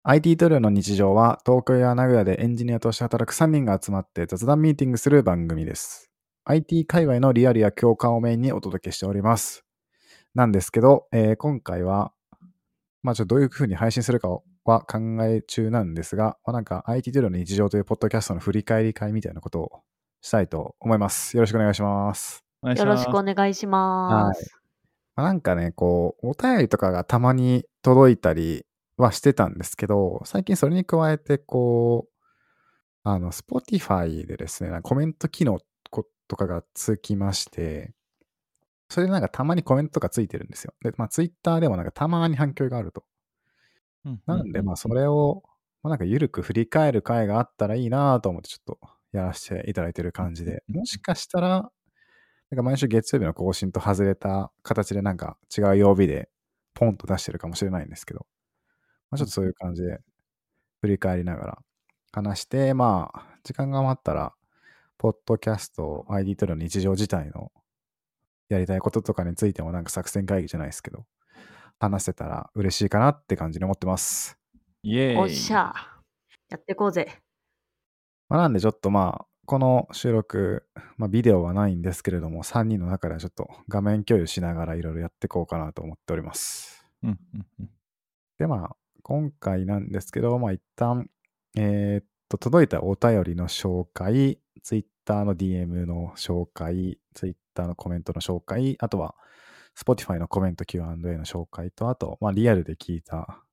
IT トリオの日常は東京や名古屋でエンジニアとして働く3人が集まって雑談ミーティングする番組です。IT 界隈のリアルや共感をメインにお届けしております。なんですけど、今回は、ちょっとどういう風に配信するかは考え中なんですが、なんか IT トリオの日常というポッドキャストの振り返り会みたいなことをしたいと思います。よろしくお願いします。 お願いしよろしくます。 お願いしはい。 ます。 なんかね、お便りとかがたまに届いたりはしてたんですけど、最近それに加えて、Spotify でですね、なんかコメント機能とかがつきまして、それでなんかたまにコメントとかついてるんですよ。で、Twitter でもなんかたまに反響があると。なんで、それを、なんか緩く振り返る回があったらいいなと思ってちょっとやらせていただいてる感じで、もしかしたら、なんか毎週月曜日の更新と外れた形でなんか違う曜日でポンと出してるかもしれないんですけど、ちょっとそういう感じで振り返りながら話して、時間が余ったら、ポッドキャスト、ID トリオの日常自体のやりたいこととかについてもなんか作戦会議じゃないですけど、話せたら嬉しいかなって感じに思ってます。 イエーイ。 おっしゃ。やってこうぜ。 なんでちょっとこの収録、ビデオはないんですけれども、3人の中ではちょっと画面共有しながらいろいろやっていこうかなと思っております。で、今回なんですけど、一旦、届いたお便りの紹介、Twitter の DM の紹介、Twitter のコメントの紹介、あとは Spotify のコメント Q&A の紹介と、あと、リアルで聞いた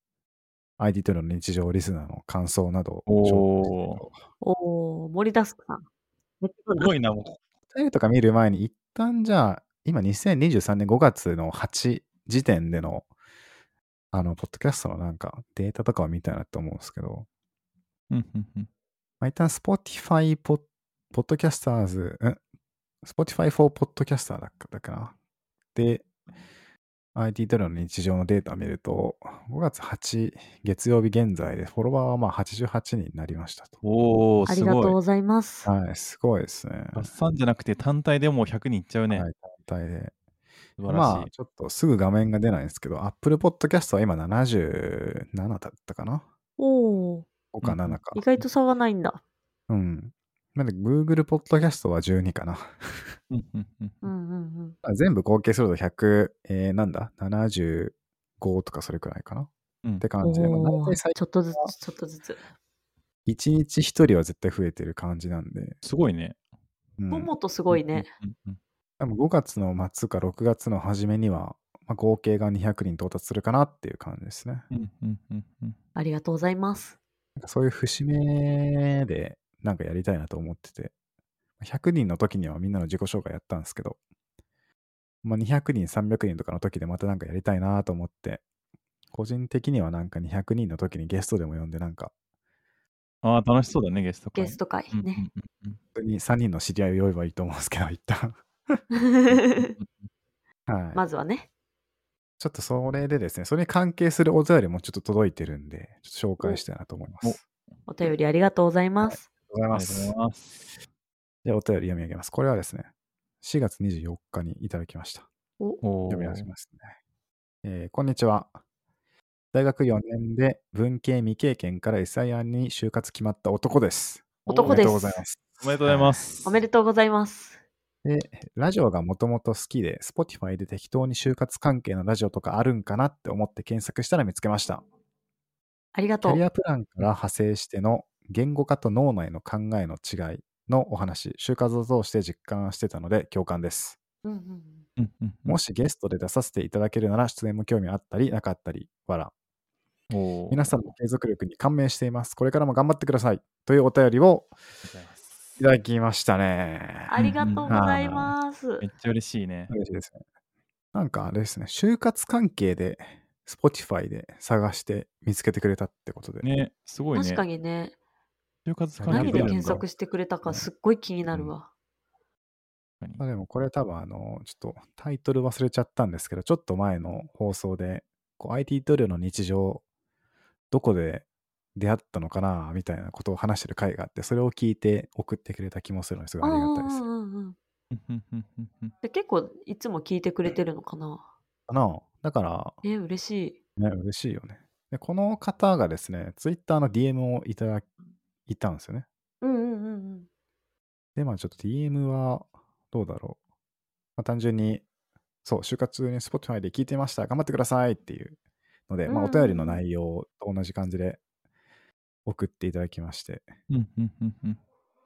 ID トリオの日常リスナーの感想などを紹介していこう。 おー、盛りだすか。めっちゃすごいな、もう。 お便りとか見る前に、一旦じゃあ、今2023年5月の8時点での、ポッドキャストのなんかデータとかを見たいなと思うんですけど、一旦 Spotify ポッドキャスターズ、Spotify for Podcaster だったかな。で、IT トリオの日常のデータを見ると、5月8月曜日現在でフォロワーは88人になりましたと。 おー、 ありすごい。 がとうございます。 はい、すごいですね。 合算じゃなくて単体でもう100人いっちゃうね。 はい、単体で。 素晴らしい。 ちょっとすぐ画面が出ないんですけど、Apple Podcast は今77だったかな。 おー、 5か7か。 意外と差がないんだ。 うん。なんで Google Podcast は12かな。全部合計すると100、75とかそれくらいかな。って感じで、大体最ちょっとずつ、ちょっとずつ。 1日1人は絶対増えてる感じなんで。 すごいね。 ももとすごいね。 多分5月の末か6月の初めには、合計が200人到達するかなっていう感じですね。 ありがとうございます。 なんかそういう節目でなんかやりたいなと思ってて、100人の時にはみんなの自己紹介やったんですけど、200人、300人とかの時でまたなんかやりたいなと思って、個人的にはなんか200人の時にゲストでも呼んでなんか、 ああ、楽しそうだね、ゲスト会。 ゲスト会ね。 本当に3人の知り合いを呼べばいいと思うんですけど、一旦。はい。 まずはね。 ちょっとそれでですね、それに関係するお便りもちょっと届いてるんで、ちょっと紹介したいなと思います。 お便りありがとうございます。 ありがとうございます。ではお便り読み上げます。これはですね、4月24日にいただきました。読み上げますね。こんにちは。大学4年で文系未経験から SIR に就活決まった男です。 男です。 おめでとうございます。 おめでとうございます。 おめでとうございます。 で、ラジオがもともと好きで、Spotify で適当に就活関係のラジオとかあるんかなって思って検索したら見つけました。 ありがとう。 キャリアプランから派生しての言語化と脳内の考えの違いのお話、就活を通して実感してたので共感です。もしゲストで出させていただけるなら出演も興味あったりなかったり、わら。皆さんの継続力に感銘しています。これからも頑張ってください。というお便りをいただきましたね。 ありがとうございます。 めっちゃ嬉しいね。 嬉しいですね。なんかあれですね、就活関係で Spotify で探して見つけてくれたってことで。 ね、すごいね。 確かにね。 就活関係何で検索してくれたかすっごい気になるわ。 でもこれ多分ちょっとタイトル忘れちゃったんですけど、ちょっと前の放送で、IT トリオの日常、どこで出会ったのかなみたいなことを話してる回があって、それを聞いて送ってくれた気もするのですごいありがたいですね。 で結構いつも聞いてくれてるのかな。 だから、 嬉しい。 ね、嬉しいよね。 で、この方がですね、Twitter の DM をいただいたんですよね。 うんうんうんうん。 で、まあちょっと DM はどうだろう。まあ、単純に、そう、就活に Spotify で聞いてました。頑張ってくださいっていうので、まあお便りの内容と同じ感じで送っていただきまして、 うんうんうんうん。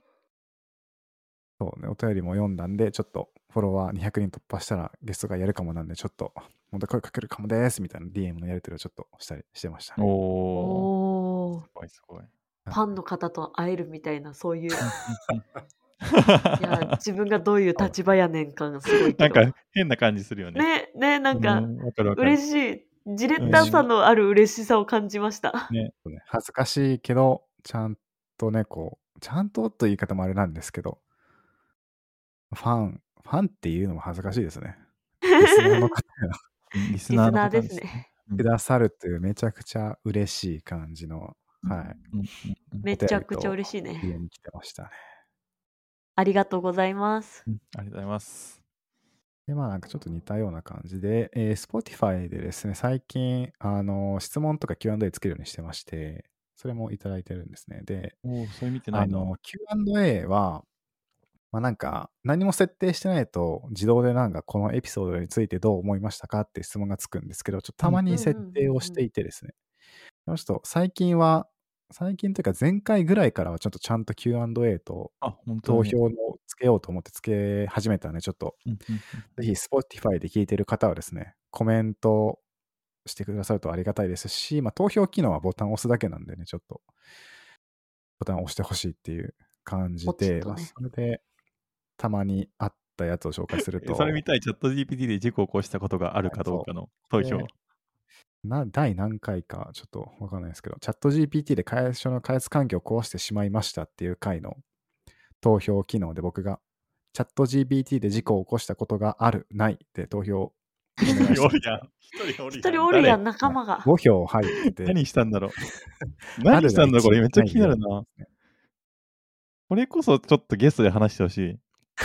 そうね、お便りも読んだんで、ちょっとフォロワー200人突破したらゲストがやるかもなんで、ちょっと、また声かけるかもですみたいな DM のやり取りをちょっとしたりしてましたね。 おー、 おー、 すごいすごい。 ファンの方と会えるみたいな、そういう、いうんうんや、自分がどういう立場やねん感すごいなんけど。 か変な感じするよね。 ね、ね、なんか、 わかるわかる。 嬉しい。じれうんったさのある嬉しさを感じました。 ね。 そうね恥ずかしいけど、ちゃんとね、こう、ちゃんとという言い方もあれなんですけど、ファンっていうのも恥ずかしいですね。リスナーの方がリスリスナーナーの方でね。 ですすね。 くださるというめちゃくちゃ嬉しい感じの、はい、 うんうんうんめちゃくちゃ嬉しいね。 家に来てましたね。 ありがとうございます。 うんありがとうございます。 で、まあなんかちょっと似たような感じで、Spotify でですね、最近、質問とか Q&A つけるようにしてまして、それもいただいてるんですね。で、 おー、それ見てないな。 Q&A は、まあなんか何も設定してないと自動でなんかこのエピソードについてどう思いましたかって質問がつくんですけど、ちょっとたまに設定をしていてですね。ちょっと最近というか前回ぐらいからはちょっとちゃんと Q&A とあ、本当だね。 投票のつけようと思ってつけ始めたんで、ちょっとうんうんうんぜひ Spotify で聞いてる方はですね、コメントしてくださるとありがたいですし、まあ投票機能はボタンを押すだけなんでね、ちょっとボタンを押してほしいっていう感じで、まあそれでたまにあったやつを紹介すると、 それ見たい、チャット GPT で事故を起こしたことがあるかどうかの投票。 第何回かちょっとわかんないですけど、チャット GPT で最初の開発環境を壊してしまいましたっていう回の投票機能で僕がチャット GPT で事故を起こしたことがある、ないで投票一人おるやん。 一人おるやん、仲間が。 5票入ってて。 何したんだろう。何したんだこれめっちゃ気になるな。これこそちょっとゲストで話してほしい。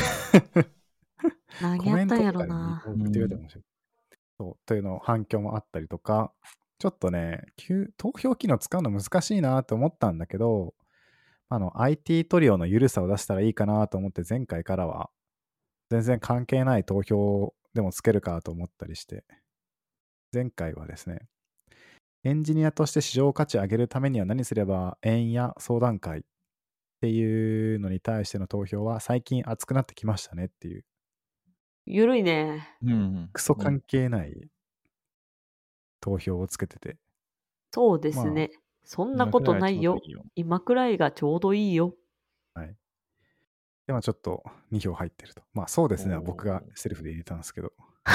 何やったんやろな。 送ってくれても面白い。そうというの反響もあったりとか、ちょっとね、投票機能使うの難しいなと思ったんだけど、IT トリオの緩さを出したらいいかなと思って前回からは全然関係ない投票でもつけるかと思ったりして、前回はですね、エンジニアとして市場価値を上げるためには何すれば円や相談会っていうのに対しての投票は最近熱くなってきましたねっていう。 ゆるいね。 クソ関係ない投票をつけてて。 そうですね。そんなことないよ。今くらいがちょうどいいよ。 はい。でもちょっと2票入ってると。まあそうですね。僕がセルフで入れたんですけど。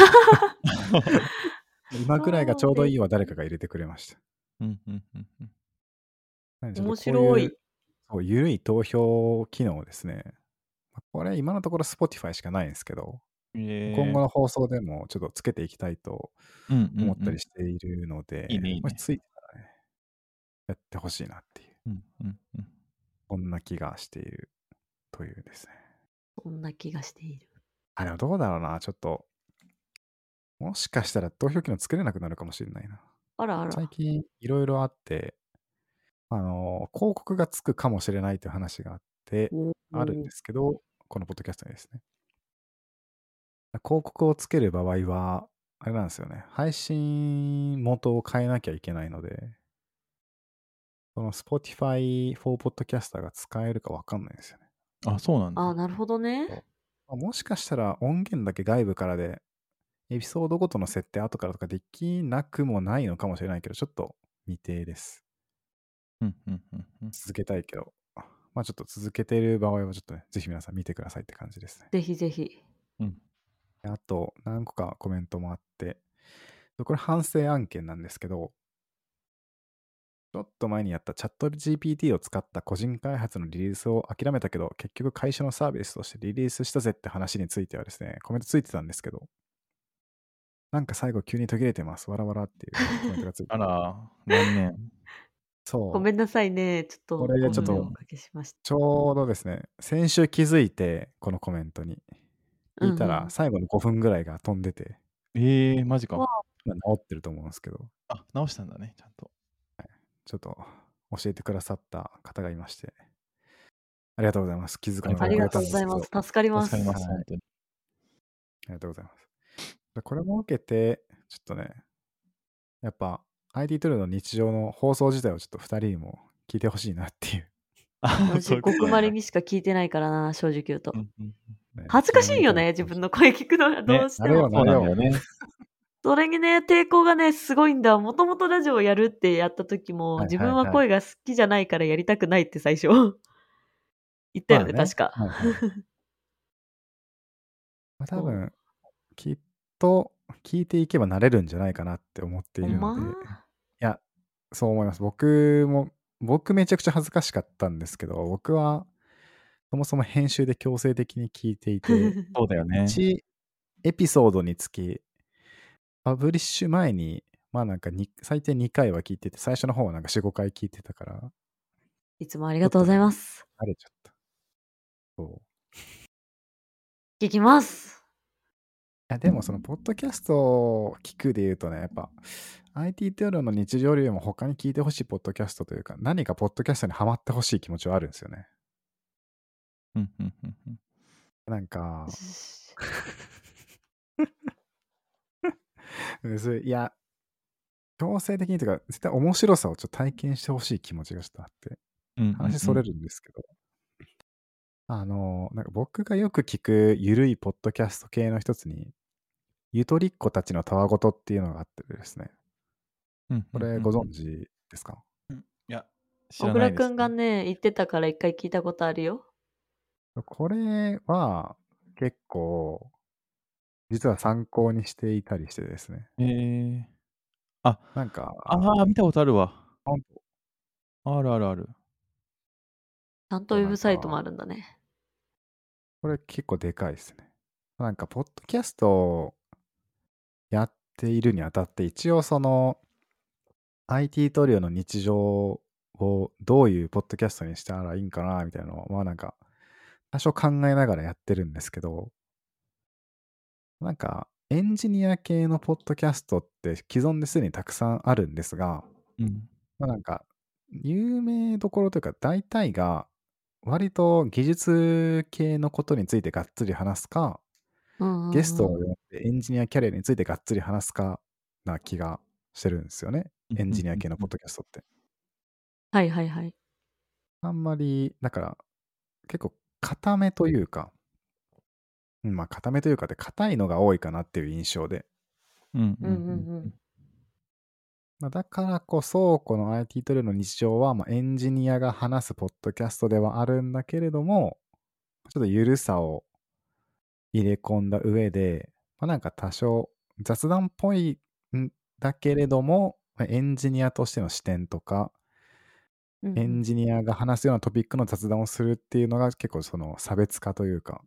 今くらいがちょうどいいは誰かが入れてくれました。 面白い。 そう、ゆるい投票機能ですね。これ今のところ Spotify しかないんですけど、今後の放送でもちょっとつけていきたいと思ったりしているので、もしついてたらね、やってほしいなっていう、そんな気がしているというですね。 そんな気がしている。 でもどうだろうな、ちょっと、もしかしたら投票機能作れなくなるかもしれないな。 あらあら。 最近いろいろあって、広告がつくかもしれないという話があって、あるんですけど、このポッドキャストにですね。広告をつける場合は、あれなんですよね。配信元を変えなきゃいけないので、その Spotify for Podcaster が使えるかわかんないですよね。 あ、そうなんだ。 あ、なるほどね。 もしかしたら音源だけ外部からで、エピソードごとの設定後からとかできなくもないのかもしれないけど、ちょっと未定です。続けたいけど、まあちょっと続けている場合はちょっとね、ぜひ皆さん見てくださいって感じですね。 ぜひぜひ。 あと、何個かコメントもあって、これ反省案件なんですけど、ちょっと前にやったチャット GPT を使った個人開発のリリースを諦めたけど、結局会社のサービスとしてリリースしたぜって話についてはですね、コメントついてたんですけど、なんか最後急に途切れてます。わらわらっていうコメントがついて。 あら、残念。 そう。 ごめんなさいね。ちょっと、 これちょっと、 おかけしました。 ちょうどですね、先週気づいて、このコメントに。聞いたら、最後の5分ぐらいが飛んでて。 マジか。 今治ってると思うんですけど。 あ、直したんだね、ちゃんと。 ちょっと教えてくださった方がいまして、ありがとうございます。気づかぬありがと遅れたんですうございます。 けど、 助かります。 助かります、 はい、 本当に。 ありがとうございます。でこれも受けて、ちょっとね、やっぱ IT トゥルーの日常の放送自体をちょっと2人にも聞いてほしいなっていう。 そう私、 いうことごくまれなんだ。 にしか聞いてないからな、正直言うと。 うんうん。 ね、 恥ずかしいよね、 それも見て自分の声聞くのがどね、 うしてなれよも。 そうなんなれよ。 だよね。 それにね、抵抗がね、すごいんだ。もともとラジオをやるってやった時も、 はい自はいはい。 分は声が好きじゃないからやりたくないって最初言ったよね、 まあね。 確か。 はいはい。まあ、多そう。 分、きっと聞いていけばなれるんじゃないかなって思っていほんるので、いまや、そう思います。僕めちゃくちゃ恥ずかしかったんですけど、僕はそもそも編集で強制的に聞いていて、 そうだよね。 1エピソードにつき、パブリッシュ前に、まあなんか最低2回は聞いてて、最初の方はなんか4、5回聞いてたから、 いつもありがとうございます。 慣れちゃった。そう。 聞きます。 いやでもそのポッドキャストを聞くで言うとね、やっぱ IT トゥルーの日常よりも他に聞いてほしいポッドキャストというか、何かポッドキャストにハマってほしい気持ちはあるんですよね。 うんうんうんうん。 なんか、いや、強制的にというか、絶対面白さをちょっと体験してほしい気持ちがちょっとあって、 うんうんうん。 話それるんですけど、なんか僕がよく聞くゆるいポッドキャスト系の一つに、ゆとりっ子たちのたわごとっていうのがあってですね。これご存知ですか？ いや、知小らないです倉くんがね、言ってたから一回聞いたことあるよ。 これは結構、実は参考にしていたりしてですね。 あ、 なんか、 見たことあるわ。 ほんとあるあるある。 ちゃんとウェブサイトもあるんだね。 これ結構でかいですね。なんか、ポッドキャストをやっているにあたって、一応その、IT トリオの日常をどういうポッドキャストにしたらいいんかな、みたいなのを、まあなんか、多少考えながらやってるんですけど、なんか、エンジニア系のポッドキャストって既存ですでにたくさんあるんですが、まあなんか、有名どころというか、大体が、割と技術系のことについてがっつり話すか、ゲストを呼んでエンジニアキャリアについてがっつり話すかな気がしてるんですよね。エンジニア系のポッドキャストって。 はいはいはい。 あんまり、だから、結構固めというか、まあ固めというかで硬いのが多いかなっていう印象で。まあ、だからこそ、この IT トレの日常は、まあ、エンジニアが話すポッドキャストではあるんだけれども、ちょっと緩さを入れ込んだ上で、まあ、なんか多少雑談っぽいんだけれども、まあエンジニアとしての視点とか、エンジニアが話すようなトピックの雑談をするっていうのが結構その差別化というか、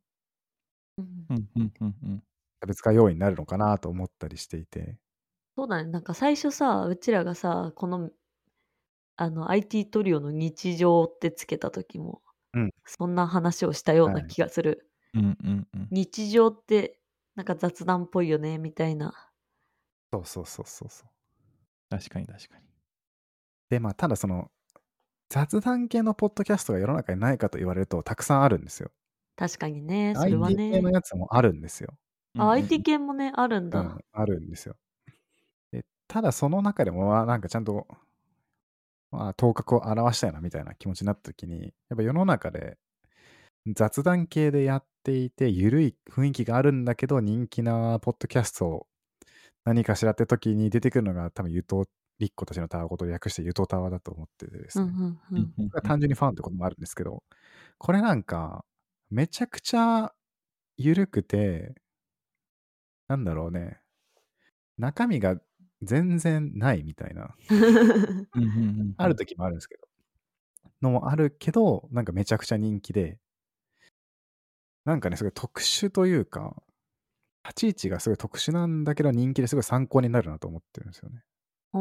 差別化要因になるのかなと思ったりしていて。 そうだね。なんか最初さ、うちらがさ、このIT トリオの日常ってつけた時も、 うん。 そんな話をしたようなはい。 気がする。日常ってなんか雑談っぽいよね、みたいな。 そうそうそうそうそう。 確かに確かに。 で、まあ、ただその、雑談系のポッドキャストが世の中にないかと言われるとたくさんあるんですよ。 確かにね、それは IT 系のね。 やつもあるんですよ。 IT 系もね、あるんだ。 あるんですよ。で、ただその中でも、まあ、なんかちゃんと、まあ、頭角を現したいなみたいな気持ちになった時に、やっぱ世の中で雑談系でやっていて、ゆるい雰囲気があるんだけど、人気なポッドキャストを何かしらって時に出てくるのが多分ゆとりっ子たちのタワゴと略してゆとタワだと思っててですね。僕は単純にファンってこともあるんですけど、これなんか、めちゃくちゃゆるくて、なんだろうね、中身が全然ないみたいな、ある時もあるんですけど、のもあるけど、なんかめちゃくちゃ人気で、なんかね、すごい特殊というか、立ち位置がすごい特殊なんだけど人気ですごい参考になるなと思ってるんですよね。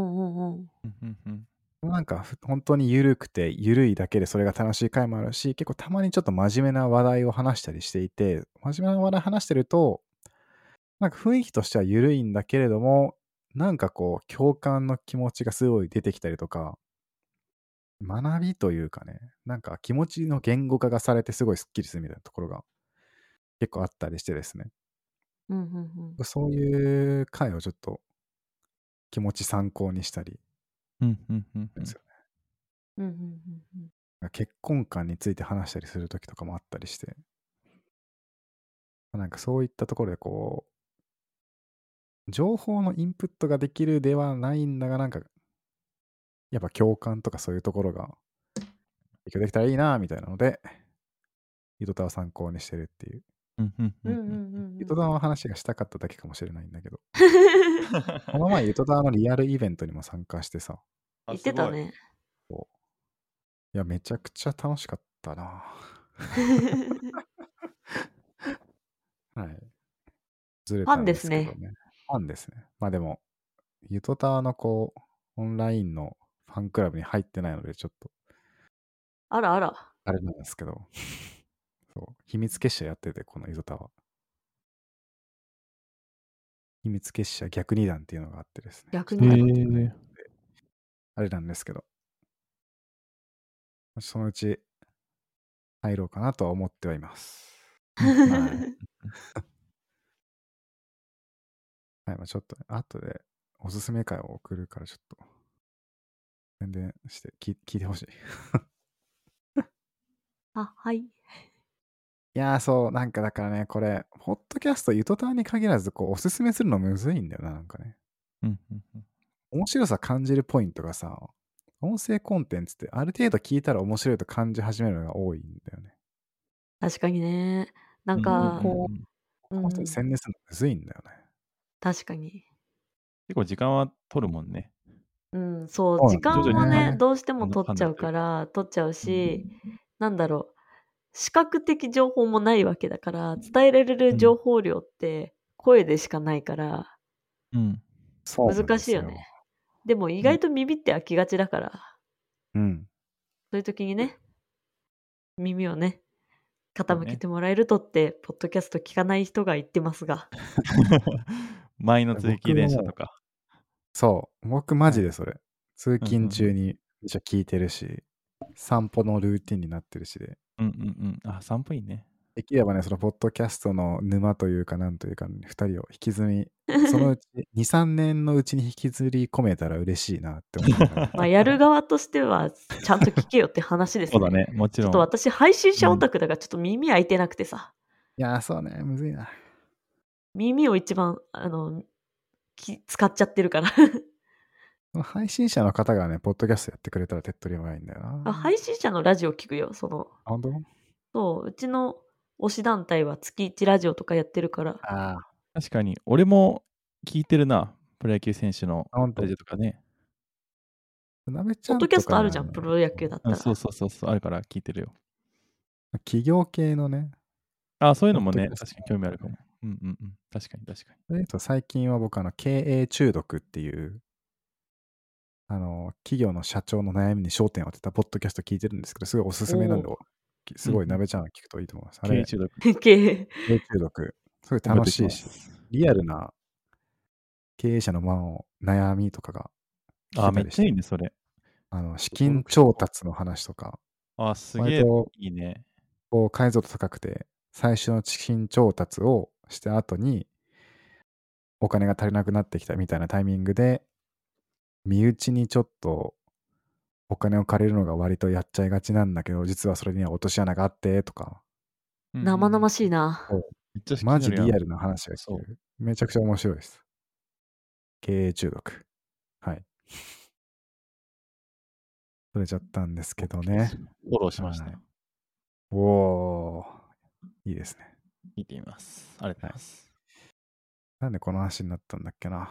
なんか本当に緩くて、緩いだけでそれが楽しい回もあるし、結構たまにちょっと真面目な話題を話したりしていて、真面目な話題話してると、なんか雰囲気としては緩いんだけれども、なんかこう共感の気持ちがすごい出てきたりとか、 学びというかね、なんか気持ちの言語化がされてすごいスッキリするみたいなところが結構あったりしてですね。そういう回をちょっと気持ち参考にしたりですよね。結婚観について話したりするときとかもあったりして、なんかそういったところでこう、情報のインプットができるではないんだが、なんか、やっぱ共感とかそういうところが提供できたらいいなみたいなので、ゆとたわを参考にしてるっていう。ゆとたわの話がしたかっただけかもしれないんだけど。この前ゆとたわのリアルイベントにも参加してさ。 言ってたね。 いや、めちゃくちゃ楽しかったな。はい。ずれたんですけどね。ファンですね。まあでも、ゆとたわのこう、オンラインのファンクラブに入ってないので、ちょっと。 あらあら。 あれなんですけど。そう。秘密結社やってて、このゆとたわ。秘密結社逆二段っていうのがあってですね。 逆二段。 あれなんですけど。そのうち入ろうかなとは思ってはいます。はい。はい、まあちょっと、ね、後でおすすめ会を送るからちょっと宣伝して聞いてほしい。 あ、はい。いやー、そう、なんかだからね、これ、ポッドキャスト、ゆとたわに限らず、こう、おすすめするのむずいんだよな、なんかね。面白さ感じるポイントがさ、音声コンテンツってある程度聞いたら面白いと感じ始めるのが多いんだよね。 確かにね。なんか、 この人に宣伝するのむずいんだよね。 確かに。 結構時間は取るもんね。 そう、時間はね、どうしても取っちゃうから、取っちゃうし、なんだろう、視覚的情報もないわけだから、伝えられる情報量って声でしかないから、難しいよね。でも意外と耳って飽きがちだから、そういう時にね、耳をね、傾けてもらえるとって、ポッドキャスト聞かない人が言ってますが。 前の通勤電車とか。 そう、僕マジでそれ。通勤中にめっちゃ聞いてるし、散歩のルーティンになってるしで。 あ、散歩いいね。 できればね、そのポッドキャストの沼というか、なんというか、2人を引きずり、そのうち2、3年のうちに引きずり込めたら嬉しいなって思う。 まあ、やる側としては、ちゃんと聞けよって話ですね。 そうだね、もちろん。 ちょっと私、配信者オタクだから、ちょっと耳開いてなくてさ。 いやー、そうね、むずいな。 耳を一番、使っちゃってるから。 配信者の方がね、ポッドキャストやってくれたら手っ取り早いんだよな。 配信者のラジオ聞くよ、 本当？ そう、うちの推し団体は月1ラジオとかやってるから。 確かに、俺も聞いてるな、プロ野球選手のラジオとかね。 ポッドキャストあるじゃん、プロ野球だったら。 そう、あるから聞いてるよ。 企業系のね。 そういうのもね、確かに興味あるかも。確かに。 最近は僕、経営中毒っていう、企業の社長の悩みに焦点を当てたポッドキャスト聞いてるんですけど、すごいおすすめなんで、すごい鍋ちゃん聞くといいと思います。 経営中毒。 経営中毒。すごい楽しいし、リアルな経営者の悩みとかが聞けたりして。 めっちゃいいね、それ。 資金調達の話とか。 すげえいいね。 こう解像度高くて、最初の資金調達をした後に、お金が足りなくなってきたみたいなタイミングで、身内にちょっとお金を借りるのが割とやっちゃいがちなんだけど、実はそれには落とし穴があってとか。 生々しいな。 マジリアルな話が聞ける。めちゃくちゃ面白いです。経営中毒。はい。それちゃったんですけどね。 フォローしました。 おー、いいですね。 見てみます。ありがとうございます。 なんでこの話になったんだっけな。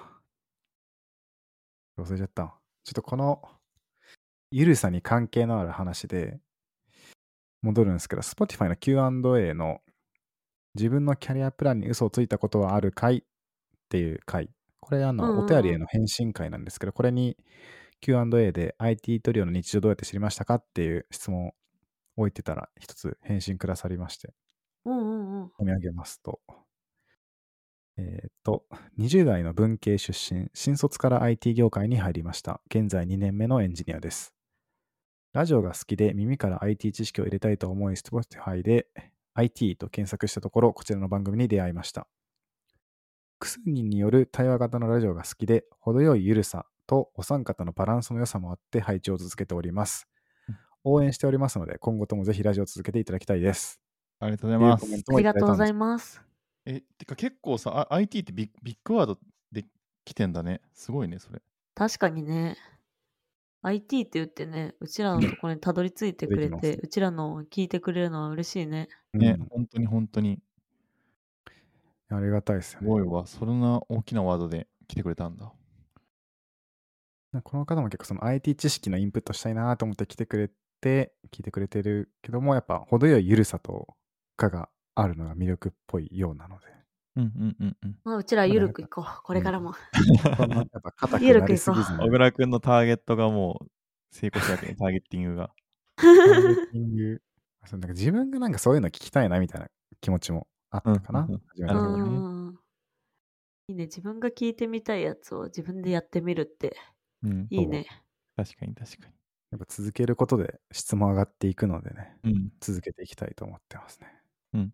忘れちゃった。ちょっとこのゆるさに関係のある話で戻るんですけど、Spotify の Q&A の自分のキャリアプランに嘘をついたことはあるかいっていう回。これお便りへの返信会なんですけど、これに Q&A で IT トリオの日常どうやって知りましたかっていう質問を置いてたら一つ返信くださりまして、読み上げますと、20代の文系出身、新卒から IT 業界に入りました。現在2年目のエンジニアです。 ラジオが好きで耳から IT 知識を入れたいと思い、Spotify で IT と検索したところ、こちらの番組に出会いました。複数人による対話型のラジオが好きで、程よいゆるさとお三方のバランスの良さもあって配置を続けております。応援しておりますので、今後ともぜひラジオを続けていただきたいです。 ありがとうございます。 ありがとうございます。 てか結構さ、IT ってビッグワードで来てんだね。すごいね、それ。 確かにね。IT って言ってね、うちらのところにたどり着いてくれて、うちらの聞いてくれるのは嬉しいね。 ね、本当に本当に。 ありがたいですよね。 すごいわ。そんな大きなワードで来てくれたんだ。 この方も結構その IT 知識のインプットしたいなと思って来てくれて、聞いてくれてるけども、やっぱ程よいゆるさとかがあるのが魅力っぽいようなので。 まあ、うちらゆるくいこう。これからも。 そんなやっぱ硬くなりすぎずに。 小倉くんのターゲットがもう成功したわけね、ターゲッティングが。 ターゲッティング。なんか自分がなんかそういうの聞きたいなみたいな気持ちもあったかな。 なるほどね。 いいね。自分が聞いてみたいやつを自分でやってみるって。いいね。 確かに確かに。 やっぱ続けることで質も上がっていくのでね、続けていきたいと思ってますね。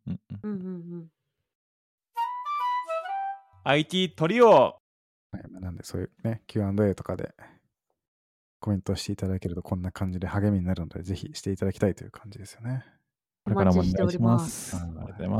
IT トリオ、 はい、なんでそういうね、Q&A とかでコメントしていただけるとこんな感じで励みになるので、ぜひしていただきたいという感じですよね。 これからもお願いします。 ありがとうございます。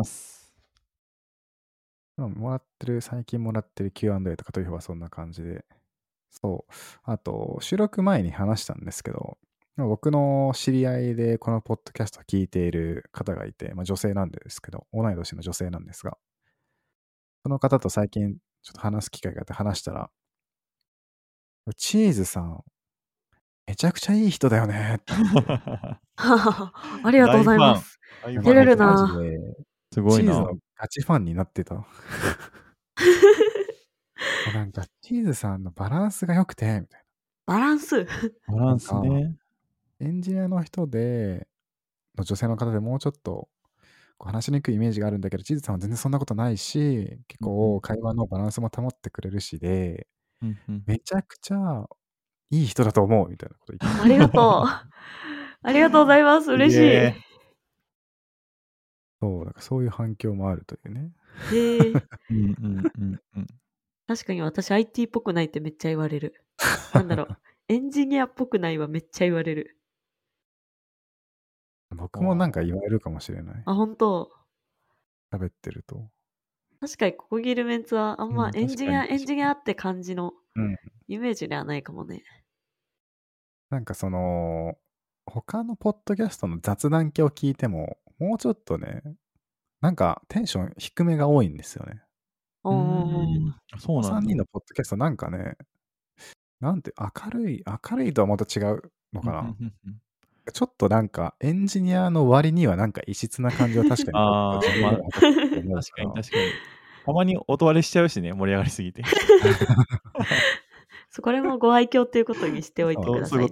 最近もらってる Q&A とかというのはそんな感じで、そう。あと、収録前に話したんですけど、僕の知り合いでこのポッドキャストを聞いている方がいて、女性なんですけど、同い年の女性なんですが、その方と最近ちょっと話す機会があって話したら、チーズさん、めちゃくちゃいい人だよねって。 ありがとうございます。出れるな。 すごいな。 チーズのガチファンになってた。なんか、チーズさんのバランスが良くて、みたいな。 バランスね。 エンジニアの人で、の女性の方でもうちょっと話しにくいイメージがあるんだけど、チーズさんは全然そんなことないし、結構会話のバランスも保ってくれるしで、めちゃくちゃいい人だと思うみたいなこと言って。 ありがとう。ありがとうございます。嬉しい。 そう、だからそういう反響もあるというね。 へえ。確かに私 IT っぽくないってめっちゃ言われる。なんだろう。エンジニアっぽくないはめっちゃ言われる。 僕もなんか言われるかもしれない。 あ、本当。 喋ってると。 確かにここにいるメンツはあんまエンジニアって感じのイメージではないかもね。 なんか他のポッドキャストの雑談系を聞いても、もうちょっとね、なんかテンション低めが多いんですよね。 そうなんだ。 3人のポッドキャストなんかね、なんて明るいとはまた違うのかな。ちょっとなんかエンジニアの割にはなんか異質な感じは確かに自分でも確かに。たまに音割れしちゃうしね、盛り上がりすぎて。 これもご愛嬌っていうことにしておいてくださいね。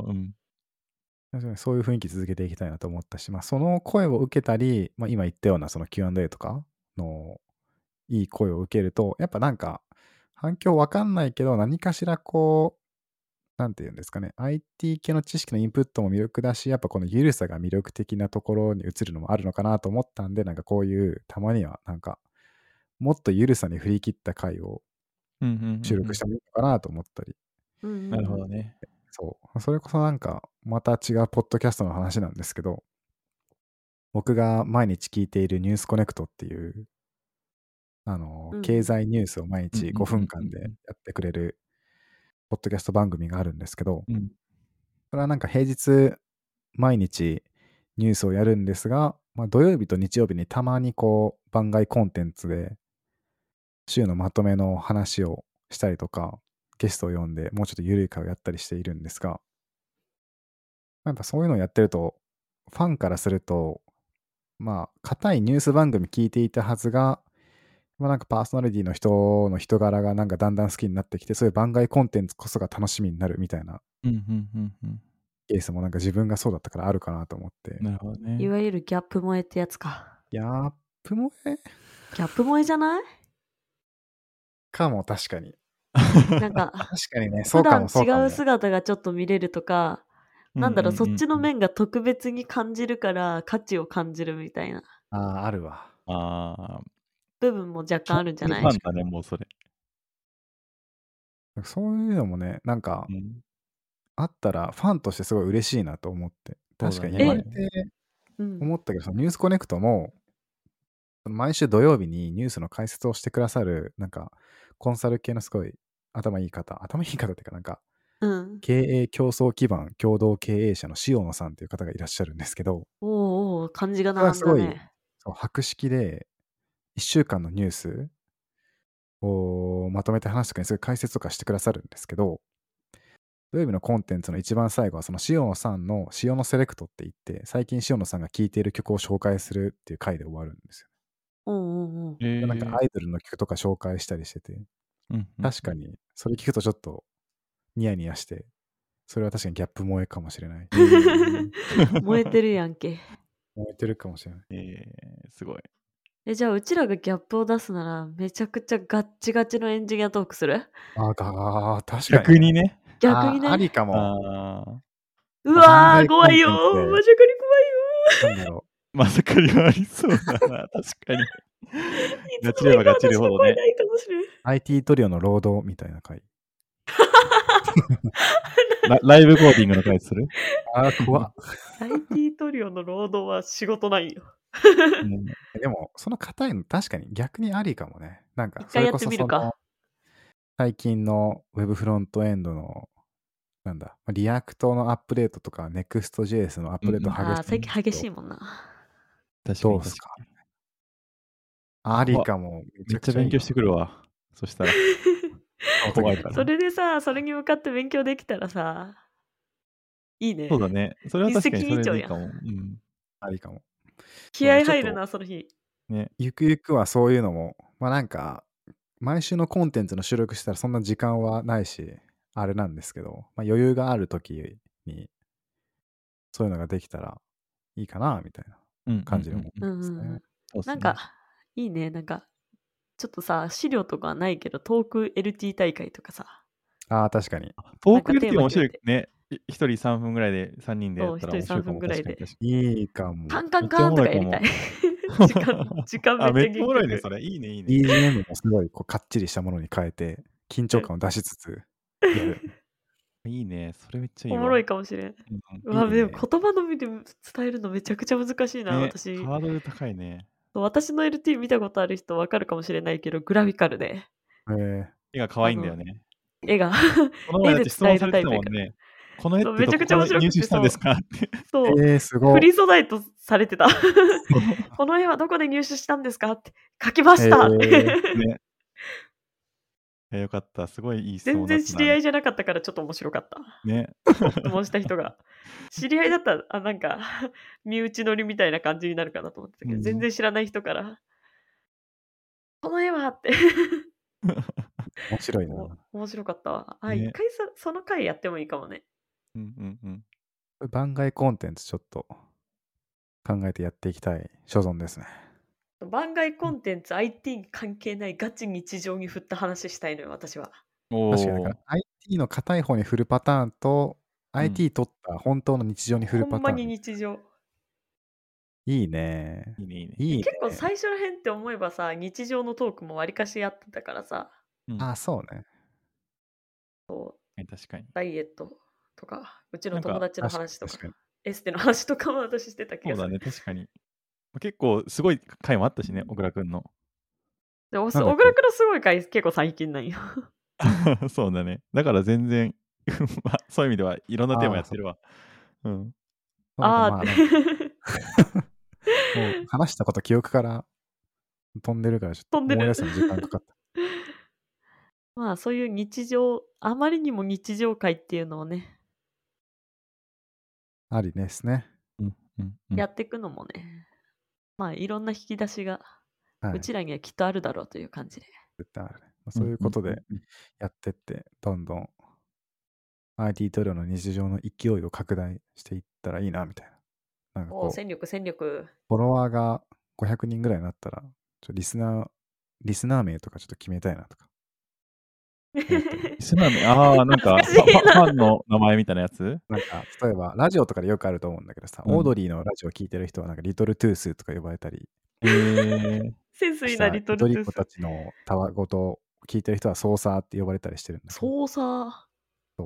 そういう雰囲気続けていきたいなと思ったし、その声を受けたり、今言ったようなその Q&A とかのいい声を受けると、やっぱなんか反響わかんないけど、何かしらなんていうんですかね、IT 系の知識のインプットも魅力だし、やっぱこの緩さが魅力的なところに移るのもあるのかなと思ったんで、なんかこういうたまにはなんかもっと緩さに振り切った回を収録してもいいのかなと思ったり。 なるほどね。 そう。それこそなんかまた違うポッドキャストの話なんですけど、僕が毎日聞いているニュースコネクトっていう、経済ニュースを毎日5分間でやってくれるポッドキャスト番組があるんですけど、それはなんか平日毎日ニュースをやるんですが、土曜日と日曜日にたまに番外コンテンツで週のまとめの話をしたりとか、ゲストを呼んでもうちょっと緩い会をやったりしているんですが、やっぱそういうのをやってると、ファンからすると、硬いニュース番組聞いていたはずが、なんかパーソナリティの人の人柄がなんかだんだん好きになってきて、そういう番外コンテンツこそが楽しみになるみたいなケースもなんか自分がそうだったからあるかなと思って。 なるほどね。 いわゆるギャップ萌えってやつか。 ギャップ萌え？ ギャップ萌えじゃない？ かも、確かに。 なんか、 確かにね、そうかも。 普段違う姿がちょっと見れるとか、 なんだろう、そっちの面が特別に感じるから価値を感じるみたいなあるわ。 部分も若干あるんじゃない？ ファンだね、もうそれ。 そういうのもね、なんか、あったらファンとしてすごい嬉しいなと思って。確かに言われて思ったけど、そのニュースコネクトも、毎週土曜日にニュースの解説をしてくださる、なんか、コンサル系のすごい頭いい方っていうか、なんか、経営競争基盤共同経営者の塩野さんっていう方がいらっしゃるんですけど、 漢字が並んだね。すごい博識で、1週間のニュースをまとめて話とかにすごい解説とかしてくださるんですけど、土曜日のコンテンツの一番最後はその塩野さんの塩野セレクトって言って、最近塩野さんが聴いている曲を紹介するっていう回で終わるんですよ。なんかアイドルの曲とか紹介したりしてて、確かにそれ聞くとちょっとニヤニヤして、それは確かにギャップ萌えかもしれない。 燃えてるやんけ。 燃えてるかもしれない。 すごい。 じゃあうちらがギャップを出すならめちゃくちゃガッチガチのエンジニアトークする？ 確かに。 逆にね。 逆にね。 ありかも。 うわー、怖いよー。まさかに怖いよー。 なんだろう。まさかにはありそうだな、確かに。ガチればガチるほどね。 IT トリオの労働みたいな回。 ライブコーディングの回する？ 怖っ。 IT トリオの労働は仕事ないよ。 でも、その硬いの確かに逆にありかもね。なんか、 一回やってみるか。 最近の Web フロントエンドの、なんだ、リアクトのアップデートとか、Next.js のアップデート最近激しいもんな。 どうすか？ありかも。 めっちゃ勉強してくるわ。そしたら。 怖いから。それでさ、それに向かって勉強できたらさ、いいね。 そうだね。それは確かにそれでいいかも。 ありかも。 気合入るな、その日。 ね。ゆくゆくはそういうのも、なんか、毎週のコンテンツの収録したらそんな時間はないし、あれなんですけど、余裕がある時に、そういうのができたらいいかな、みたいな感じで思ってますね。 なんか、いいね。なんか、ちょっとさ、資料とかはないけど、トーク LT 大会とかさ。 確かに。 トーク LT 面白いね。1人3分ぐらいで3人でやったら面白いかも。 ぐらいで。 いいかも。 カンカンカンとかやりたい。時間めっちゃおもろいね、それ。いいね、いいね。 BGM もすごいかっちりしたものに変えて、緊張感を出しつつやる。 いいね、それめっちゃいいわ。 おもろいかもしれん。でも言葉のみで伝えるのめちゃくちゃ難しいな、私。 ハードル高いね。 私の LT 見たことある人わかるかもしれないけど、グラフィカルで。 絵が可愛いんだよね。 絵が。 この前だって質問されてたもんね。この絵ってめちゃくちゃ面白くて、 入手したんですかって。 そう。 すごい。 フリー素材とされてた。この絵はどこで入手したんですかって。書きましたって。 よかった。すごいいい質問だった。全然知り合いじゃなかったからちょっと面白かった。 ね。 質問した人が。知り合いだったら、なんか、身内乗りみたいな感じになるかなと思ってたけど、全然知らない人から、この絵はって。 面白いな。 面白かったわ。一回その回やってもいいかもね。 番外コンテンツちょっと考えてやっていきたい所存ですね。 番外コンテンツ、IT に関係ないガチ日常に振った話したいのよ、私は。 確かに IT の硬い方に振るパターンと、IT 取った本当の日常に振るパターン。 ほんまに日常。 いいね。いいね。 結構最初らへんって思えばさ、日常のトークもわりかしやってたからさ。 そうね。 そう。 確かに。 ダイエットとか、うちの友達の話とか、エステの話とかも私してた気がする。 そうだね、確かに。結構すごい回もあったしね、小倉くんの。 でも、小倉くんのすごい回結構最近なんよ。 そうだね。だから全然、そういう意味ではいろんなテーマやってるわ。 もう話したこと記憶から飛んでるからちょっと思い出すの時間かかった。 まあそういう日常、あまりにも日常会っていうのをね。 ありですね。 やっていくのもね。まあいろんな引き出しが、うちらにはきっとあるだろうという感じで。 絶対あるね。そういうことでやってって、どんどん IT トリオの日常の勢いを拡大していったらいいな、みたいな。なんかこう、 戦力、戦力。 フォロワーが500人ぐらいになったら、リスナー名とかちょっと決めたいなとかリスナー名、ああ、なんか、ファンの名前みたいなやつ。 なんか、例えば、ラジオとかでよくあると思うんだけどさ、オードリーのラジオ聞いてる人は、なんか、リトルトゥースとか呼ばれたり。 潜水なリトルトゥース。 リトリコたちのたわごと聞いてる人は、ソーサーって呼ばれたりしてるんだけど。 ソーサー。 そう。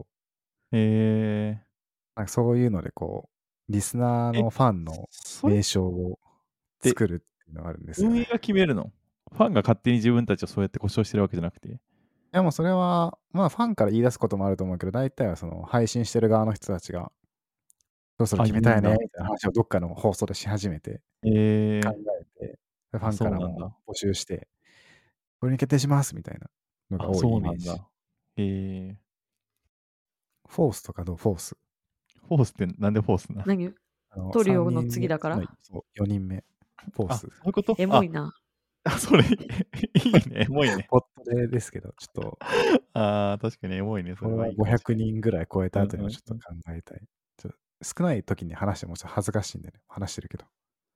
なんかそういうので、こう、リスナーのファンの名称を作るっていうのがあるんですよ、ね。 運営が決めるの？ファンが勝手に自分たちをそうやって故障してるわけじゃなくて。 いやもうそれは、まあファンから言い出すこともあると思うけど、大体はその配信してる側の人たちが、そろそろ決めたいね、みたいな話をどっかの放送でし始めて、考えて、ファンからも募集して、これに決定しますみたいなのが多いイメージ。 そうなんだ。 フォースとかどう？フォース。 フォースってなんでフォースな？ 何？トリオの次だから。 そう、4人目。フォース。 そういうこと？ エモいな。 それ、いいね、エモいね。 ポットでですけど、ちょっと。 確かにエモいね。 それは500人ぐらい超えた後にもちょっと考えたい。少ない時に話してもちょっと恥ずかしいんでね、話してるけど。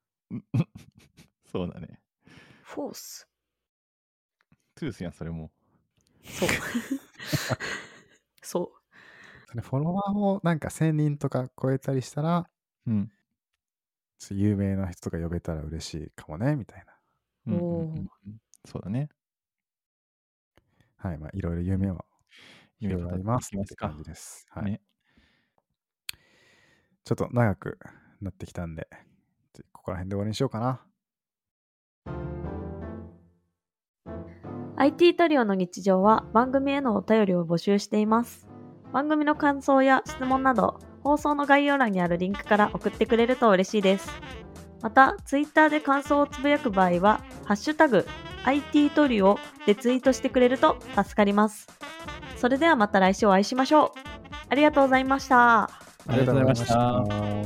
そうだね。 フォース。 トゥースやん、それも。 そう。そう。 フォロワーをなんか1000人とか超えたりしたら、有名な人とか呼べたら嬉しいかもね、みたいな。 そうだね。 はい、まあいろいろ夢は広がりますって感じです。はい。ね、ちょっと長くなってきたんで、ここら辺で終わりにしようかな。 IT トリオの日常は番組へのお便りを募集しています。番組の感想や質問など、放送の概要欄にあるリンクから送ってくれると嬉しいです。また、Twitter で感想をつぶやく場合は、ハッシュタグ IT トリオでツイートしてくれると助かります。それではまた来週お会いしましょう。ありがとうございました。 ありがとうございました。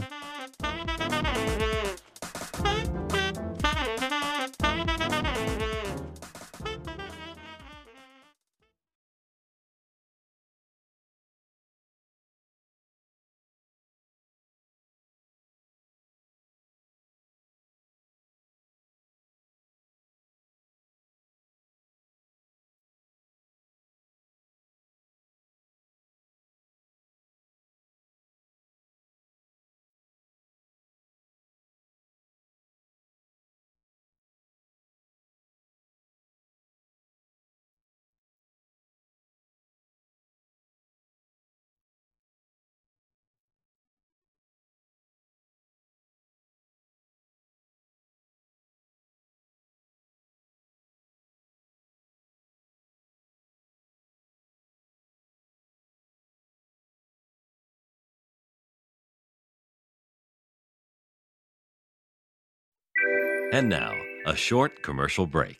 And now, a short commercial break.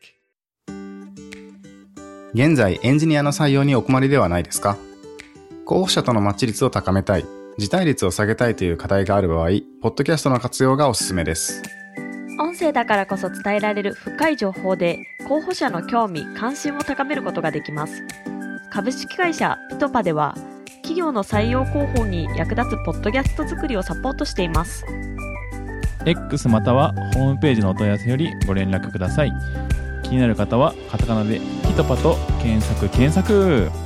現在エンジニアの採用にお困りではないですか？候補者とのマッチ率を高めたい、辞退率を下げたいという課題がある場合、ポッドキャストの活用がおすすめです。 音声だからこそ伝えられる深い情報で候補者の興味・関心を高めることができます。株式会社ピトパでは企業の採用広報に役立つポッドキャスト作りをサポートしています。 X またはホームページのお問い合わせよりご連絡ください。気になる方はカタカナでピトパと検索。